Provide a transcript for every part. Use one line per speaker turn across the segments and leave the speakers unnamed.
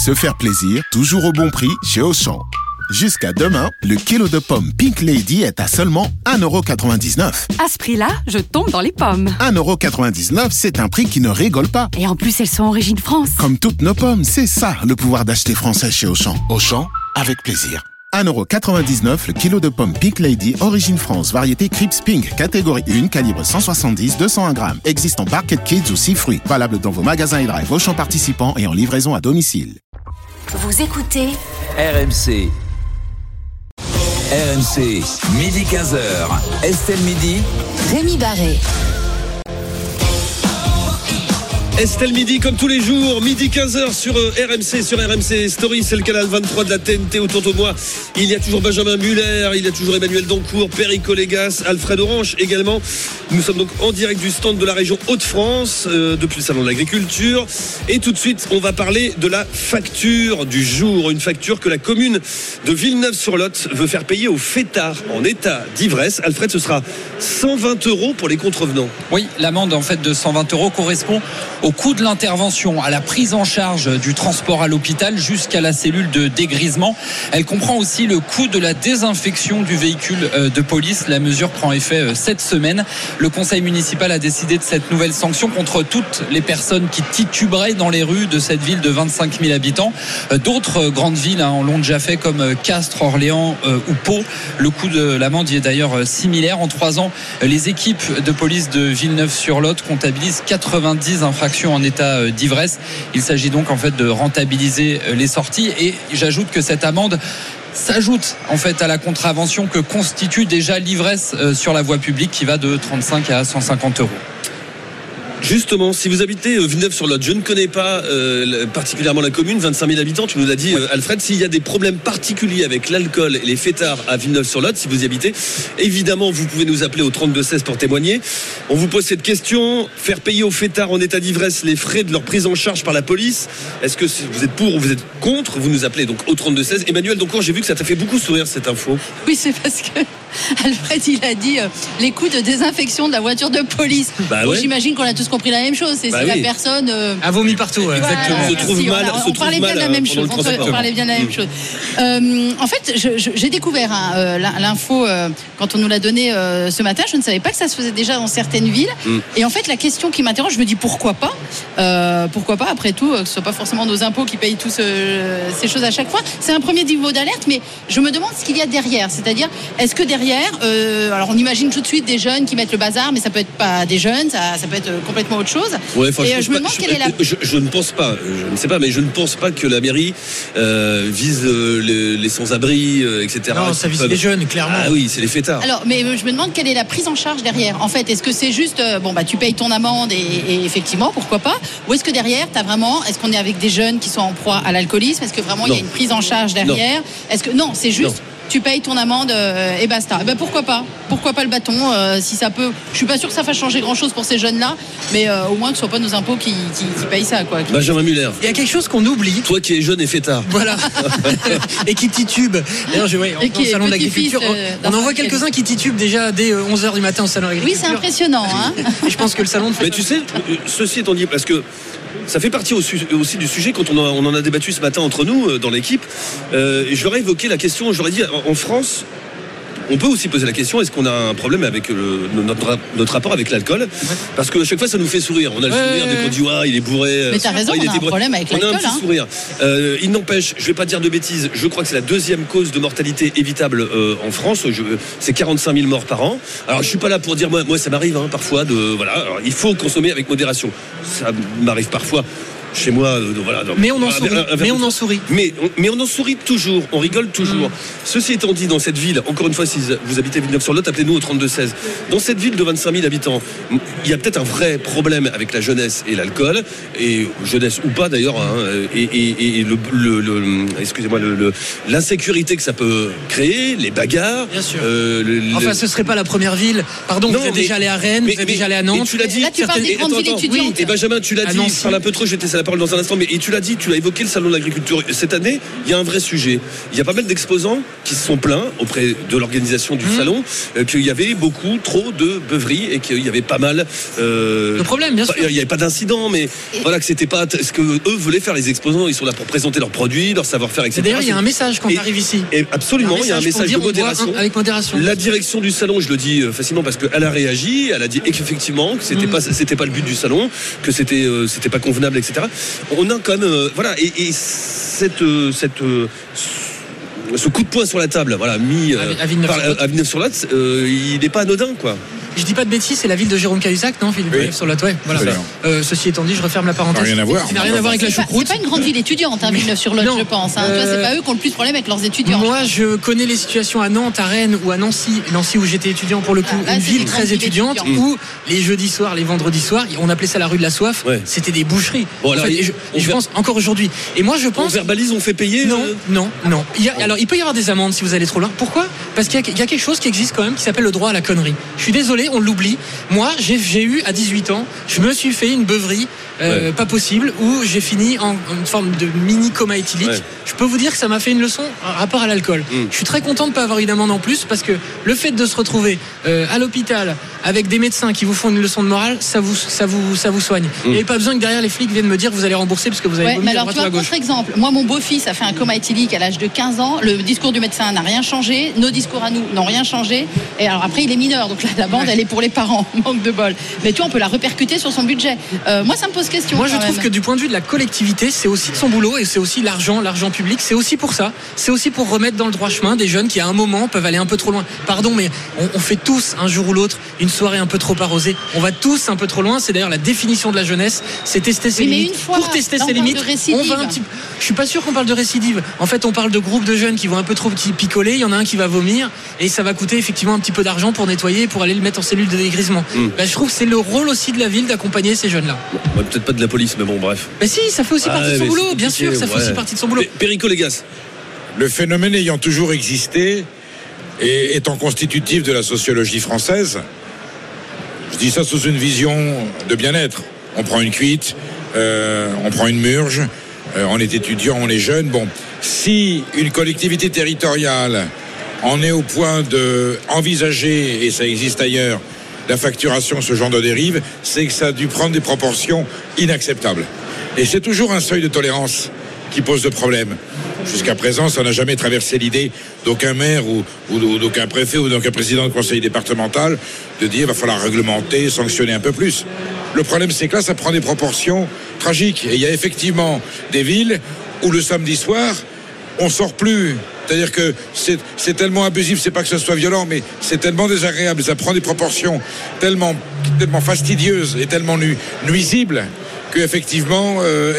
Se faire plaisir, toujours au bon prix chez Auchan. Jusqu'à demain, le kilo de pommes Pink Lady est à seulement 1,99€.
À ce prix-là, je tombe dans les pommes.
1,99€, c'est un prix qui ne rigole pas.
Et en plus, elles sont origine France.
Comme toutes nos pommes, c'est ça le pouvoir d'acheter français chez Auchan. Auchan, avec plaisir. 1,99€ le kilo de pommes Pink Lady, origine France, variété Crips Pink, catégorie 1, calibre 170-201 grammes. Existe en Barquette Kids ou 6 fruits. Valable dans vos magasins et drive Auchan participants et en livraison à domicile.
Vous écoutez
RMC. RMC, midi 15h. Estelle Midi.
Rémi Barré.
Estelle Midi, comme tous les jours, midi 15h sur RMC, sur RMC Story, c'est le canal 23 de la TNT. Autour de moi, il y a toujours Benjamin Muller, il y a toujours Emmanuel Dancourt, Perico Légas, Alfred Orange également. Nous sommes donc en direct du stand de la région Hauts-de-France, depuis le salon de l'agriculture. Et tout de suite, on va parler de la facture du jour. Une facture que la commune de Villeneuve-sur-Lot veut faire payer aux fêtards en état d'ivresse. Alfred, ce sera 120€ pour les contrevenants.
Oui, l'amende en fait de 120€ correspond au coût de l'intervention, à la prise en charge du transport à l'hôpital jusqu'à la cellule de dégrisement. Elle comprend aussi le coût de la désinfection du véhicule de police. La mesure prend effet cette semaine. Le conseil municipal a décidé de cette nouvelle sanction contre toutes les personnes qui tituberaient dans les rues de cette ville de 25 000 habitants. D'autres grandes villes en l'ont déjà fait, comme Castres, Orléans ou Pau. Le coût de l'amende y est d'ailleurs similaire. En 3 ans, les équipes de police de Villeneuve-sur-Lot comptabilisent 90 infractions en état d'ivresse. Il s'agit donc en fait de rentabiliser les sorties, et j'ajoute que cette amende s'ajoute en fait à la contravention que constitue déjà l'ivresse sur la voie publique, qui va de 35 à 150€.
Justement, si vous habitez Villeneuve-sur-Lot, je ne connais pas particulièrement la commune, 25 000 habitants, tu nous l'as dit, Alfred, s'il y a des problèmes particuliers avec l'alcool et les fêtards à Villeneuve-sur-Lot, si vous y habitez, évidemment, vous pouvez nous appeler au 3216 pour témoigner. On vous pose cette question: faire payer aux fêtards en état d'ivresse les frais de leur prise en charge par la police. Est-ce que vous êtes pour ou vous êtes contre? Vous nous appelez donc au 3216. Emmanuel, donc j'ai vu que ça t'a fait beaucoup sourire cette info.
Oui, c'est parce que Alfred, il a dit les coûts de désinfection de la voiture de police. Bon, j'imagine qu'on a tous compris la même chose. C'est si la personne
a vomi partout.
Exactement.
On parlait bien de la même chose. On parlait bien de la même chose. En fait, j'ai découvert l'info quand on nous l'a donné ce matin. Je ne savais pas que ça se faisait déjà dans certaines villes. Et en fait, la question qui m'interroge, je me dis pourquoi pas. Pourquoi pas, après tout, que ce soit pas forcément nos impôts qui payent tous ces choses à chaque fois. C'est un premier niveau d'alerte, mais je me demande ce qu'il y a derrière. C'est-à-dire, est-ce que derrière, alors on imagine tout de suite des jeunes qui mettent le bazar, mais ça peut être pas des jeunes, ça peut être complètement autre chose.
Ouais,
et je me demande quelle est la...
Je ne pense pas, je ne sais pas, mais je ne pense pas que la mairie vise les sans-abri, etc.
Non, ça vise les jeunes, clairement.
Ah oui, c'est les fêtards.
Alors, mais je me demande quelle est la prise en charge derrière. En fait, est-ce que c'est juste, tu payes ton amende et effectivement, pourquoi pas? Ou est-ce que derrière, est-ce qu'on est avec des jeunes qui sont en proie à l'alcoolisme? Est-ce que vraiment il y a une prise en charge derrière? Non, c'est juste... Tu payes ton amende et basta. Et pourquoi pas le bâton, si ça peut. Je suis pas sûr que ça fasse changer grand chose pour ces jeunes-là, mais au moins que ce soit pas nos impôts qui payent ça, quoi.
Benjamin Muller.
Il y a quelque chose qu'on oublie.
Toi qui es jeune et fêtard.
Voilà. Et qui titube. D'ailleurs, dans le salon de l'agriculture, on en voit quelques-uns qui titubent déjà dès 11h du matin au salon de l'agriculture.
Oui, c'est impressionnant, hein.
Et je pense que le salon de...
Mais tu sais, ceci étant dit, parce que ça fait partie aussi du sujet quand on en a débattu ce matin entre nous dans l'équipe. J'aurais évoqué la question, j'aurais dit en France, on peut aussi poser la question, est-ce qu'on a un problème avec notre rapport avec l'alcool? Parce que à chaque fois ça nous fait sourire. On a le sourire dès qu'on dit il est bourré.
Mais t'as raison, on a un problème avec l'alcool.
On a un petit sourire. Il n'empêche, je vais pas dire de bêtises, je crois que c'est la 2e cause de mortalité évitable en France. C'est 45 000 morts par an. Alors je suis pas là pour dire, moi ça m'arrive parfois Alors, il faut consommer avec modération. Ça m'arrive parfois. Chez moi,
mais on en sourit.
Mais on en sourit toujours, on rigole toujours. Ceci étant dit, dans cette ville, encore une fois, si vous habitez Villeneuve-sur-Lot, appelez-nous au 3216. Dans cette ville de 25 000 habitants, il y a peut-être un vrai problème avec la jeunesse et l'alcool, et jeunesse ou pas d'ailleurs, et l'insécurité que ça peut créer, les bagarres.
Bien sûr. Ce serait pas la première ville. Pardon, vous êtes déjà allé à Rennes, vous êtes déjà allé à Nantes.
Tu l'as dit.
Là, tu parles des grandes villes étudiantes.
Oui, et Benjamin, tu l'as dit. Je parle un peu trop. Je vais te laisser la la parole dans un instant, mais et tu l'as dit, tu l'as évoqué, le salon de l'agriculture. Cette année, il y a un vrai sujet. Il y a pas mal d'exposants qui se sont plaints auprès de l'organisation du salon qu'il y avait beaucoup trop de beuveries et qu'il y avait pas mal
de problèmes, bien sûr.
Il n'y avait pas d'incidents, mais voilà que c'était pas ce que eux voulaient faire, les exposants. Ils sont là pour présenter leurs produits, leur savoir-faire, etc.
Et d'ailleurs, il y a un message quand on arrive ici.
Et absolument, il y a un message de modération.
Avec modération.
La direction du salon, je le dis facilement parce qu'elle a réagi, elle a dit qu'effectivement que c'était pas le but du salon, que c'était pas convenable, etc. On a quand même voilà, et ce coup de poing sur la table, voilà, mis à Villeneuve-sur-Lot, il n'est pas anodin, quoi.
Je dis pas de bêtises, c'est la ville de Jérôme Cahuzac, non, Philippe Villeneuve-sur-Lot, ouais, voilà. Ceci étant dit, je referme la parenthèse.
Ça n'a rien à voir.
Ça n'a rien à voir avec la choucroute.
C'est pas une grande ville étudiante, Villeneuve-sur-Lot, je pense. Tu vois, c'est pas eux qui ont le plus de problèmes avec leurs étudiants.
Moi, je connais les situations à Nantes, à Rennes ou à Nancy où j'étais étudiant pour le coup, une ville très étudiante où les jeudis soirs, les vendredis soirs, on appelait ça la rue de la soif. C'était des boucheries.
Bon, alors,
je pense encore aujourd'hui. Et moi, je pense.
On verbalise, on fait payer.
Non. Alors, il peut y avoir des amendes si vous allez trop loin. Pourquoi ? Parce qu'il y a quelque chose qui existe quand même qui s'appelle le droit à la connerie. Je suis désolé, on l'oublie. Moi, j'ai eu à 18 ans, je me suis fait une beuverie pas possible où j'ai fini en une forme de mini coma éthylique. Je peux vous dire que ça m'a fait une leçon en rapport à l'alcool. Je suis très content de ne pas avoir une amende en plus parce que le fait de se retrouver à l'hôpital avec des médecins qui vous font une leçon de morale, ça vous soigne. Il n'y avait pas besoin que derrière les flics viennent me dire que vous allez rembourser parce que vous avez vomi à droite ou à gauche.
Par exemple, moi mon beau-fils a fait un coma éthylique à l'âge de 15 ans. Le discours du médecin n'a rien changé. Nos discours à nous n'ont rien changé. Et alors après il est mineur, donc là la bande elle est pour les parents. Manque de bol. Mais tu vois, on peut la répercuter sur son budget. Moi, ça me pose question.
Moi, je trouve que du point de vue de la collectivité, c'est aussi de son boulot et c'est aussi l'argent public. C'est aussi pour ça. C'est aussi pour remettre dans le droit chemin des jeunes qui, à un moment, peuvent aller un peu trop loin. Pardon, mais on fait tous, un jour ou l'autre, une soirée un peu trop arrosée. On va tous un peu trop loin. C'est d'ailleurs la définition de la jeunesse. C'est tester ses limites.
Une fois,
pour tester ses limites, on va un petit. Je suis pas sûr qu'on parle de récidive. En fait, on parle de groupes de jeunes qui vont un peu trop picoler. Il y en a un qui va vomir et ça va coûter effectivement un petit peu d'argent pour nettoyer, pour aller le mettre en cellule de dégrisement. Je trouve que c'est le rôle aussi de la ville d'accompagner ces jeunes-là.
Peut-être pas de la police, mais bon, bref.
Mais si, ça fait aussi partie de son boulot, bien sûr, ça fait aussi partie de son boulot.
Perico Légas.
Le phénomène ayant toujours existé et étant constitutif de la sociologie française, je dis ça sous une vision de bien-être. On prend une cuite, on prend une murge, on est étudiant, on est jeune. Bon, si une collectivité territoriale en est au point de envisager, et ça existe ailleurs, la facturation, ce genre de dérive, c'est que ça a dû prendre des proportions inacceptables. Et c'est toujours un seuil de tolérance qui pose de problème. Jusqu'à présent, ça n'a jamais traversé l'idée d'aucun maire ou d'aucun préfet ou d'aucun président de conseil départemental de dire qu'il va falloir réglementer, sanctionner un peu plus. Le problème, c'est que là, ça prend des proportions tragiques. Et il y a effectivement des villes où le samedi soir, on sort plus. C'est-à-dire que c'est tellement abusif, c'est pas que ce soit violent, mais c'est tellement désagréable, ça prend des proportions tellement fastidieuses et tellement nuisibles qu'effectivement,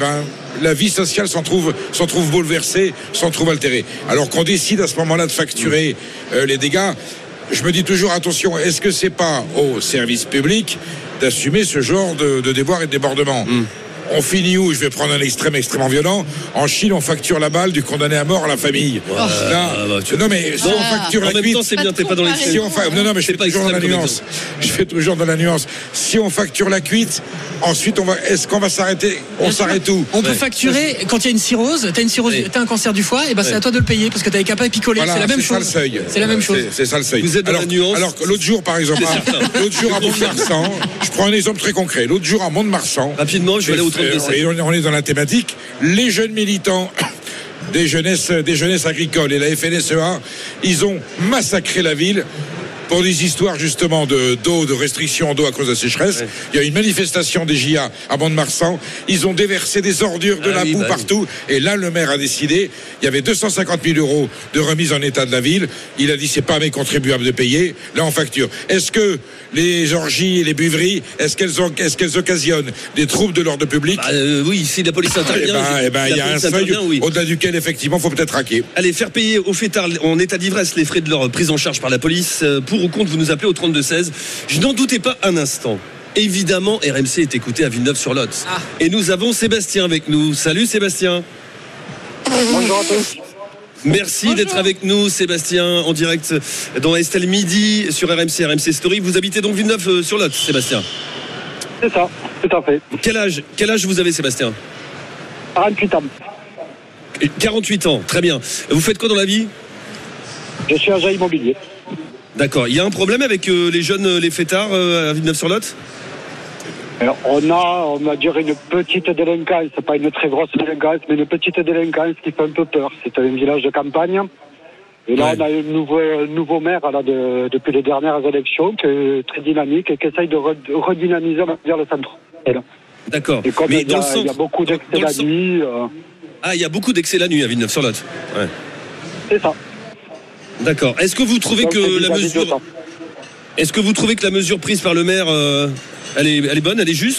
la vie sociale s'en trouve bouleversée, s'en trouve altérée. Alors qu'on décide à ce moment-là de facturer les dégâts, je me dis toujours, attention, est-ce que c'est pas au service public d'assumer ce genre de déboires et de débordements ? On finit où ? Je vais prendre un extrême extrêmement violent. En Chine, on facture la balle du condamné à mort à la famille. Non, mais si on facture la cuite. En même temps,
c'est bien, t'es pas dans les.
Non, mais je fais toujours dans la nuance. Je fais toujours dans la nuance. Si on facture la cuite, ensuite, est-ce qu'on va s'arrêter ? On s'arrête où ?
On peut facturer quand il y a une cirrhose. T'as un cancer du foie, et c'est à toi de le payer parce que t'avais qu'à pas picoler. C'est la même chose. C'est la même chose.
C'est ça le seuil.
Vous êtes dans la nuance.
Alors l'autre jour, par exemple, à Mont-de-Marsan, je prends un exemple très concret. L'autre jour à Mont-de-Marsan.
Rapidement, je vais aller au
et on est dans la thématique. Les jeunes militants des jeunesses agricoles et la FNSEA, ils ont massacré la ville pour des histoires justement d'eau, de restrictions d'eau à cause de la sécheresse. Il y a une manifestation des JA à Mont-de-Marsan. Ils ont déversé des ordures, de la boue partout. Et là, le maire a décidé, il y avait 250 000 € de remise en état de la ville. Il a dit, c'est pas à mes contribuables de payer. Là, on facture. Est-ce que les orgies et les buveries, est-ce qu'elles occasionnent des troubles de l'ordre public ?
Oui, si la police intervient.
Il y a un seuil au-delà duquel, effectivement, il faut peut-être raquer.
Allez, faire payer aux fêtards en état d'ivresse les frais de leur prise en charge par la police. Pour ou contre, vous nous appelez au 32-16. Je n'en doutais pas un instant. Évidemment, RMC est écouté à Villeneuve-sur-Lot. Et nous avons Sébastien avec nous. Salut Sébastien.
Bonjour à tous.
Merci d'être avec nous, Sébastien, en direct dans Estelle Midi sur RMC Story. Vous habitez donc Villeneuve-sur-Lot, Sébastien ?
C'est ça, tout à fait.
Quel âge vous avez, Sébastien ?
48 ans.
48 ans, très bien. Vous faites quoi dans la vie ?
Je suis agent immobilier.
D'accord. Il y a un problème avec les jeunes, les fêtards à Villeneuve-sur-Lot ?
Alors, on va dire une petite délinquance, pas une très grosse délinquance, mais une petite délinquance qui fait un peu peur. C'est un village de campagne. Et là, on a un nouveau maire depuis les dernières élections qui est très dynamique et qui essaye de redynamiser, on va dire, le centre.
D'accord.
Et comme il y a beaucoup d'excès la nuit.
Ah, il y a beaucoup d'excès la nuit à Villeneuve-sur-Lot. Ouais.
C'est ça.
D'accord. Est-ce que vous trouvez que la mesure prise par le maire, elle est bonne, elle est juste ?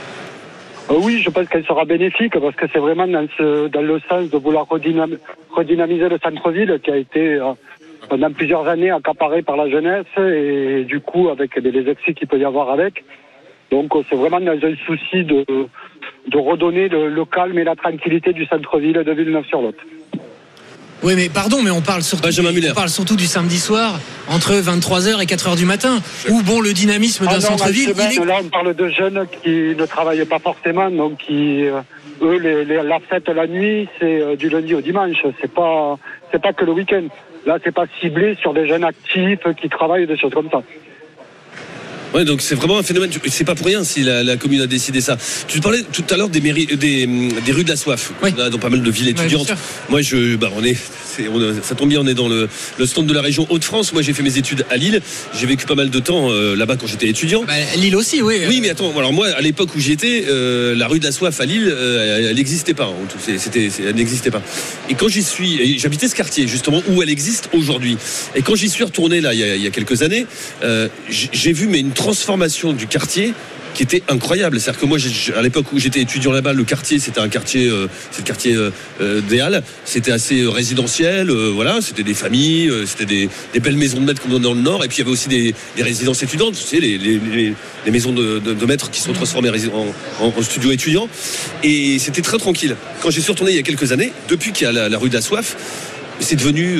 Oui, je pense qu'elle sera bénéfique parce que c'est vraiment dans le sens de vouloir redynamiser le centre-ville qui a été pendant plusieurs années accaparé par la jeunesse et du coup avec les excès qu'il peut y avoir avec. Donc c'est vraiment dans un souci de redonner le calme et la tranquillité du centre-ville de Villeneuve-sur-Lot.
Oui, mais pardon, mais on parle surtout du samedi soir, entre 23h et 4h du matin, où bon, le dynamisme d'un centre-ville...
Là, on parle de jeunes qui ne travaillent pas forcément, donc qui, la fête la nuit, c'est du lundi au dimanche, c'est pas que le week-end. Là, c'est pas ciblé sur des jeunes actifs qui travaillent, des choses comme ça.
Ouais, donc c'est vraiment un phénomène. C'est pas pour rien si la commune a décidé ça. Tu parlais tout à l'heure des rues de la soif.
Oui.
Dans pas mal de villes étudiantes. Moi, ça tombe bien, on est dans le stand de la région Hauts-de-France. Moi, j'ai fait mes études à Lille. J'ai vécu pas mal de temps là-bas quand j'étais étudiant.
Lille aussi, oui.
Oui, mais attends. Alors moi, à l'époque où j'y étais, la rue de la soif à Lille, elle n'existait pas. Elle n'existait pas. Et quand j'y suis, j'habitais ce quartier justement où elle existe aujourd'hui. Et quand j'y suis retourné là, il y a quelques années, j'ai vu une transformation du quartier qui était incroyable. C'est-à-dire que moi, à l'époque où j'étais étudiant là-bas, le quartier, c'était un quartier, c'est le quartier des Halles. C'était assez résidentiel, voilà. C'était des familles, c'était des belles maisons de maîtres comme dans le Nord. Et puis il y avait aussi des résidences étudiantes, tu sais, les maisons de maîtres qui sont transformées en studios étudiants. Et c'était très tranquille. Quand j'y suis retourné il y a quelques années, depuis qu'il y a la rue de la Soif, c'est devenu,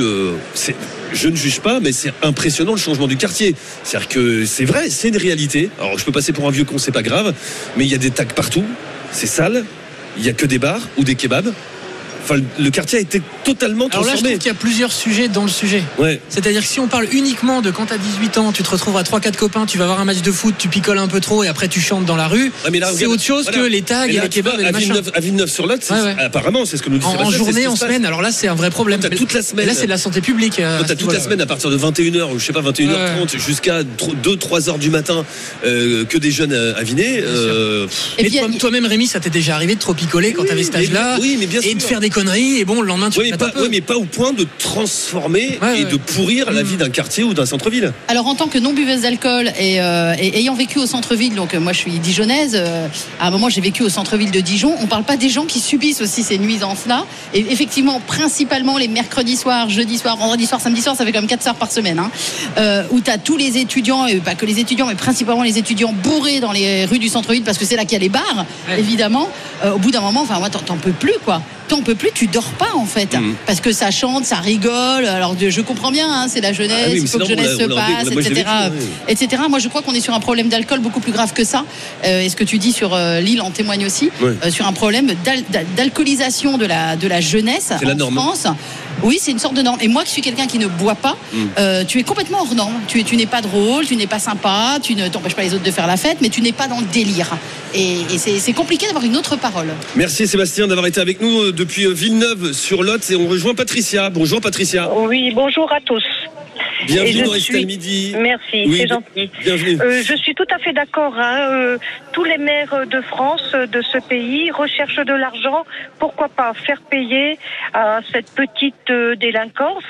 je ne juge pas, mais c'est impressionnant le changement du quartier. C'est-à-dire que c'est vrai, c'est une réalité. Alors je peux passer pour un vieux con, c'est pas grave, mais il y a des tags partout, c'est sale, il y a que des bars ou des kebabs. Enfin, le quartier a été totalement transformé.
Alors là, je trouve qu'il y a plusieurs sujets dans le sujet.
Ouais.
C'est-à-dire que si on parle uniquement de quand tu as 18 ans, tu te retrouves à 3-4 copains, tu vas voir un match de foot, tu picoles un peu trop et après tu chantes dans la rue, c'est autre chose que les tags et les kebabs et les machins.
À Villeneuve-sur-Lot, apparemment, c'est ce que nous disons.
En journée, en semaine, alors là, c'est un vrai problème.
Toute la semaine.
Là, c'est de la santé publique.
Quand t'as toute la semaine à partir de 21h, ou je sais pas, 21h30 jusqu'à 2-3h du matin, que des jeunes avinés.
Et puis toi-même, Rémi, ça t'est déjà arrivé de trop picoler quand t'avais cet âge-là et de faire des conneries et bon, le lendemain, tu
mais pas au point de transformer et de pourrir la vie d'un quartier ou d'un centre-ville.
Alors, en tant que non-buveuse d'alcool et ayant vécu au centre-ville, donc moi je suis dijonnaise, à un moment j'ai vécu au centre-ville de Dijon, on parle pas des gens qui subissent aussi ces nuisances-là. Et effectivement, principalement les mercredis soirs, jeudis soirs, vendredis soirs, samedi soir, ça fait comme 4 soirs par semaine, où tu as tous les étudiants, et pas que les étudiants, mais principalement les étudiants bourrés dans les rues du centre-ville parce que c'est là qu'il y a les bars, évidemment. Au bout d'un moment, moi, t'en peux plus, quoi. T'en peux plus, tu dors pas en fait, parce que ça chante, ça rigole. Alors je comprends bien, c'est la jeunesse, il faut que jeunesse se passe, etc. Moi je crois qu'on est sur un problème d'alcool beaucoup plus grave que ça. Et ce que tu dis sur Lille en témoigne aussi, sur un problème d'alcoolisation de la jeunesse en France. Oui, c'est une sorte de norme. Et moi qui suis quelqu'un qui ne boit pas, tu es complètement hors norme. Tu n'es pas drôle, tu n'es pas sympa, tu ne t'empêches pas les autres de faire la fête, mais tu n'es pas dans le délire. Et c'est compliqué d'avoir une autre parole.
Merci Sébastien d'avoir été avec nous depuis Villeneuve-sur-Lot et on rejoint Patricia. Bonjour Patricia.
Oui, bonjour à tous.
Bienvenue dans Estelle Midi.
Merci, c'est gentil.
Bienvenue.
Je suis tout à fait d'accord. Tous les maires de France, de ce pays, recherchent de l'argent. Pourquoi pas faire payer à cette petite délinquance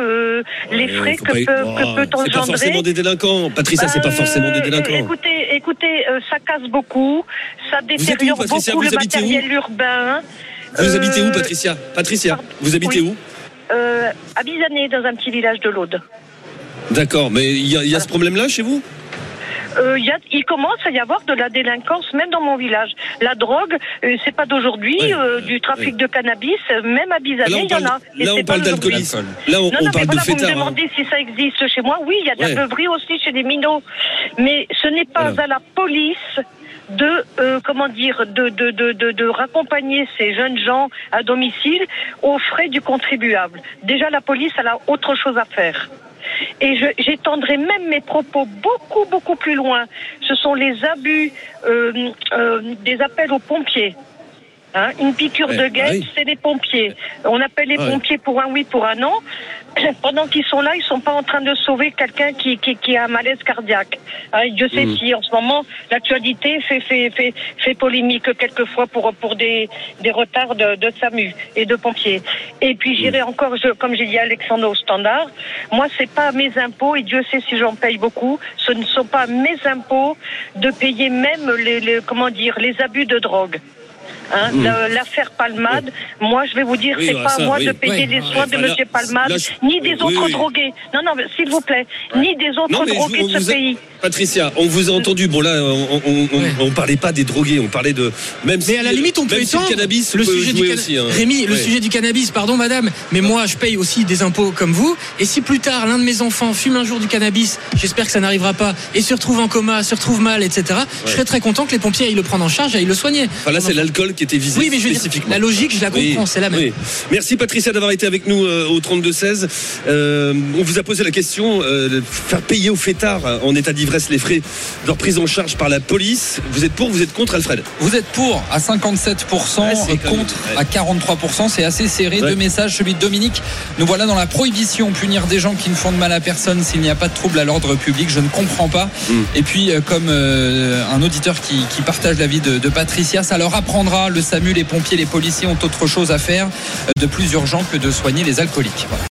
les frais que peut engendrer.
C'est pas forcément des délinquants. Patricia, c'est pas forcément des délinquants.
Écoutez, ça casse beaucoup. Ça détériore beaucoup le matériel urbain.
Vous habitez où, Patricia ? Vous habitez où ?
À Bizané, dans un petit village de l'Aude.
D'accord, mais il y a ce problème-là chez vous ?
Il commence à y avoir de la délinquance, même dans mon village. La drogue, c'est pas d'aujourd'hui, du trafic de cannabis, même à Bizané, il y en a.
Là, on parle d'alcoolisme. Là, on parle de fêtards.
Vous me demandez si ça existe chez moi. Oui, il y a de la beuverie aussi chez des minots. Mais ce n'est pas à la police de raccompagner ces jeunes gens à domicile aux frais du contribuable. Déjà, la police, elle a autre chose à faire. Et j'étendrai même mes propos beaucoup plus loin. Ce sont les abus des appels aux pompiers. Hein, une piqûre de guêpe, c'est les pompiers. On appelle les pompiers pour un oui, pour un non. Pendant qu'ils sont là, ils sont pas en train de sauver quelqu'un qui a un malaise cardiaque. Hein, Dieu sait si en ce moment l'actualité fait polémique quelquefois pour des retards de SAMU et de pompiers. Et puis j'irai encore, comme j'ai dit à Alexandre au standard, moi c'est pas mes impôts, et Dieu sait si j'en paye beaucoup, ce ne sont pas mes impôts de payer même les abus de drogue. Hein, l'affaire Palmade, moi je vais vous dire, c'est pas à moi de payer les soins de monsieur Palmade, ni des autres drogués. Non, s'il vous plaît, ni des autres drogués de ce pays.
Patricia, on vous a entendu. Bon là, on parlait pas des drogués, on parlait de
mais à la limite on peut étendre
le cannabis,
le sujet du
aussi, hein.
Rémi, le sujet du cannabis. Pardon madame, mais moi je paye aussi des impôts comme vous. Et si plus tard l'un de mes enfants fume un jour du cannabis, j'espère que ça n'arrivera pas, et se retrouve en coma, se retrouve mal, etc. Je serais très content que les pompiers aillent le prendre en charge, aillent le soigner.
Enfin, là c'est l'alcool qui était visé.
Oui, mais je veux dire, la logique, je la comprends, c'est la même. Oui.
Merci Patricia d'avoir été avec nous au 32-16. On vous a posé la question faire payer aux fêtards en état d'ivresse les frais de leur prise en charge par la police. Vous êtes pour, vous êtes contre, Alfred?
Vous êtes pour à 57%, contre à 43%. C'est assez serré. Deux messages, celui de Dominique. Nous voilà dans la prohibition, punir des gens qui ne font de mal à personne s'il n'y a pas de trouble à l'ordre public. Je ne comprends pas. Et puis, comme un auditeur qui partage l'avis de Patricia, ça leur apprendra. Le SAMU, les pompiers, les policiers ont autre chose à faire de plus urgent que de soigner les alcooliques. Voilà.